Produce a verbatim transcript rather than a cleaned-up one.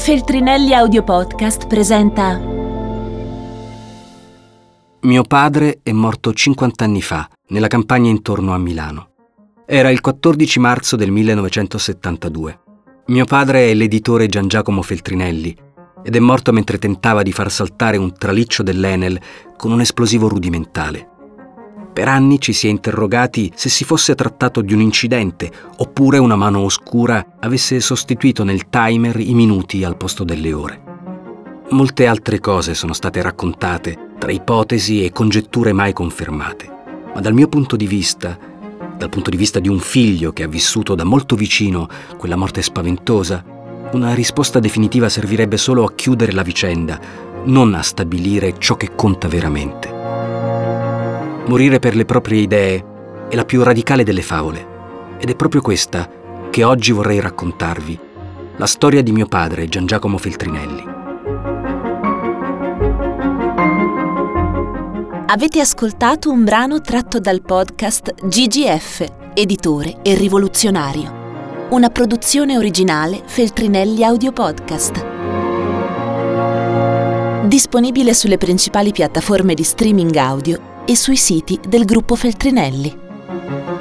Feltrinelli Audio Podcast presenta Mio padre è morto cinquanta anni fa, nella campagna intorno a Milano. Era il quattordici marzo del millenovecentosettantadue. Mio padre è l'editore Gian Giacomo Feltrinelli ed è morto mentre tentava di far saltare un traliccio dell'Enel con un esplosivo rudimentale. Per anni ci si è interrogati se si fosse trattato di un incidente oppure una mano oscura avesse sostituito nel timer i minuti al posto delle ore. Molte altre cose sono state raccontate tra ipotesi e congetture mai confermate, ma dal mio punto di vista, dal punto di vista di un figlio che ha vissuto da molto vicino quella morte spaventosa, una risposta definitiva servirebbe solo a chiudere la vicenda, non a stabilire ciò che conta veramente. Morire per le proprie idee è la più radicale delle favole, ed è proprio questa che oggi vorrei raccontarvi, la storia di mio padre, Gian Giacomo Feltrinelli. Avete ascoltato un brano tratto dal podcast G G F, editore e rivoluzionario. Una produzione originale Feltrinelli Audio Podcast. Disponibile sulle principali piattaforme di streaming audio e sui siti del gruppo Feltrinelli.